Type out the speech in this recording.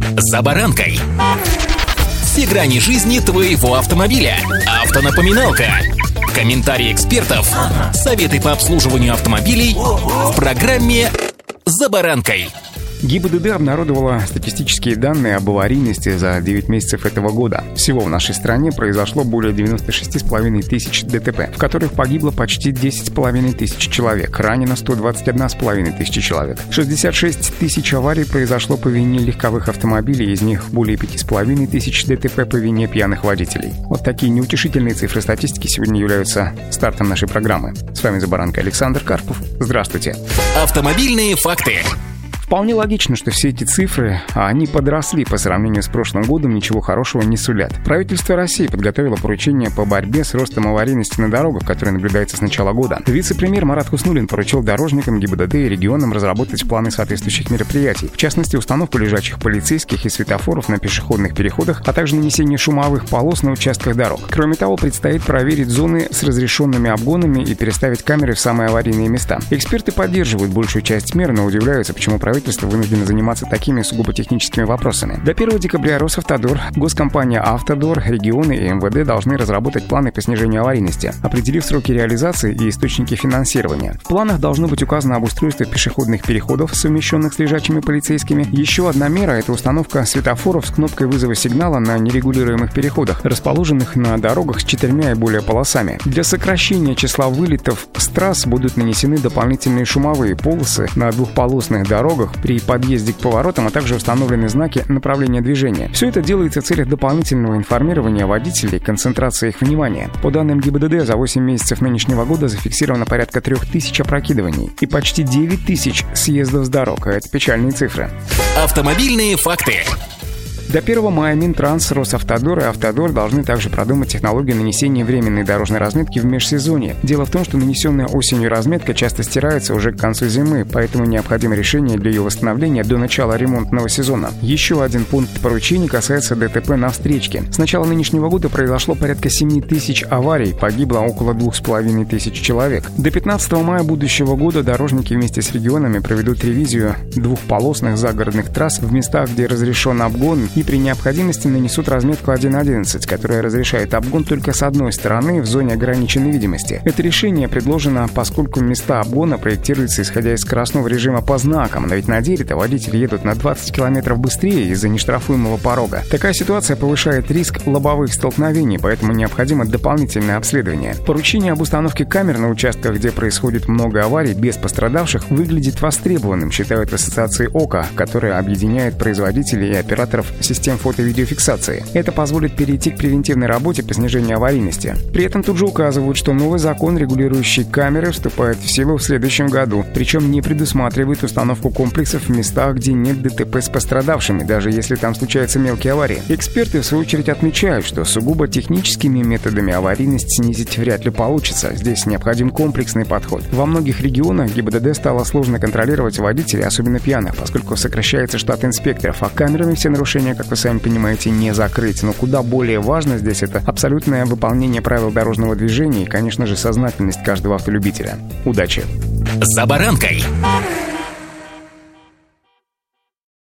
«За баранкой». Все грани жизни твоего автомобиля. Автонапоминалка. Комментарии экспертов. Советы по обслуживанию автомобилей в программе «За баранкой». ГИБДД обнародовала статистические данные об аварийности за 9 месяцев этого года. Всего в нашей стране произошло более 96,5 тысяч ДТП, в которых погибло почти 10,5 тысяч человек, ранено 121,5 тысячи человек. 66 тысяч аварий произошло по вине легковых автомобилей, из них более 5,5 тысяч ДТП по вине пьяных водителей. Вот такие неутешительные цифры статистики сегодня являются стартом нашей программы. С вами «За баранкой» Александр Карпов. Здравствуйте. Автомобильные факты. Вполне логично, что все эти цифры, они подросли по сравнению с прошлым годом, ничего хорошего не сулят. Правительство России подготовило поручение по борьбе с ростом аварийности на дорогах, которое наблюдается с начала года. Вице-премьер Марат Хуснуллин поручил дорожникам, ГИБДД и регионам разработать планы соответствующих мероприятий. В частности, установку лежачих полицейских и светофоров на пешеходных переходах, а также нанесение шумовых полос на участках дорог. Кроме того, предстоит проверить зоны с разрешенными обгонами и переставить камеры в самые аварийные места. Эксперты поддерживают большую часть мер, но удивляются, почему правительство вынуждено заниматься такими сугубо техническими вопросами. До 1 декабря Росавтодор, госкомпания «Автодор», регионы и МВД должны разработать планы по снижению аварийности, определив сроки реализации и источники финансирования. В планах должно быть указано обустройство пешеходных переходов, совмещенных с лежачими полицейскими. Еще одна мера – это установка светофоров с кнопкой вызова сигнала на нерегулируемых переходах, расположенных на дорогах с 4 и более полосами. Для сокращения числа вылетов с трасс будут нанесены дополнительные шумовые полосы на двухполосных дорогах при подъезде к поворотам, а также установлены знаки направления движения. Все это делается в целях дополнительного информирования водителей и концентрации их внимания. По данным ГИБДД, за 8 месяцев нынешнего года зафиксировано порядка 3000 опрокидываний и почти 9000 съездов с дорог. А это печальные цифры. Автомобильные факты. До 1 мая Минтранс, Росавтодор и Автодор должны также продумать технологию нанесения временной дорожной разметки в межсезонье. Дело в том, что нанесенная осенью разметка часто стирается уже к концу зимы, поэтому необходимо решение для ее восстановления до начала ремонтного сезона. Еще один пункт поручений касается ДТП на встречке. С начала нынешнего года произошло порядка 7 тысяч аварий, погибло около 2500 человек. До 15 мая будущего года дорожники вместе с регионами проведут ревизию двухполосных загородных трасс в местах, где разрешен обгон, и при необходимости нанесут разметку 1.11, которая разрешает обгон только с одной стороны в зоне ограниченной видимости. Это решение предложено, поскольку места обгона проектируются исходя из скоростного режима по знакам, но ведь на деле-то водители едут на 20 км быстрее из-за нештрафуемого порога. Такая ситуация повышает риск лобовых столкновений, поэтому необходимо дополнительное обследование. Поручение об установке камер на участках, где происходит много аварий без пострадавших, выглядит востребованным, считают в ассоциации ОКО, которая объединяет производителей и операторов систем фото- и видеофиксации. Это позволит перейти к превентивной работе по снижению аварийности. При этом тут же указывают, что новый закон, регулирующий камеры, вступает в силу в следующем году, причем не предусматривает установку комплексов в местах, где нет ДТП с пострадавшими, даже если там случаются мелкие аварии. Эксперты, в свою очередь, отмечают, что сугубо техническими методами аварийность снизить вряд ли получится. Здесь необходим комплексный подход. Во многих регионах ГИБДД стало сложно контролировать водителей, особенно пьяных, поскольку сокращается штат инспекторов, а камерами все нарушения, как вы сами понимаете, не закрыть. Но куда более важно здесь это абсолютное выполнение правил дорожного движения и, конечно же, сознательность каждого автолюбителя. Удачи! «За баранкой».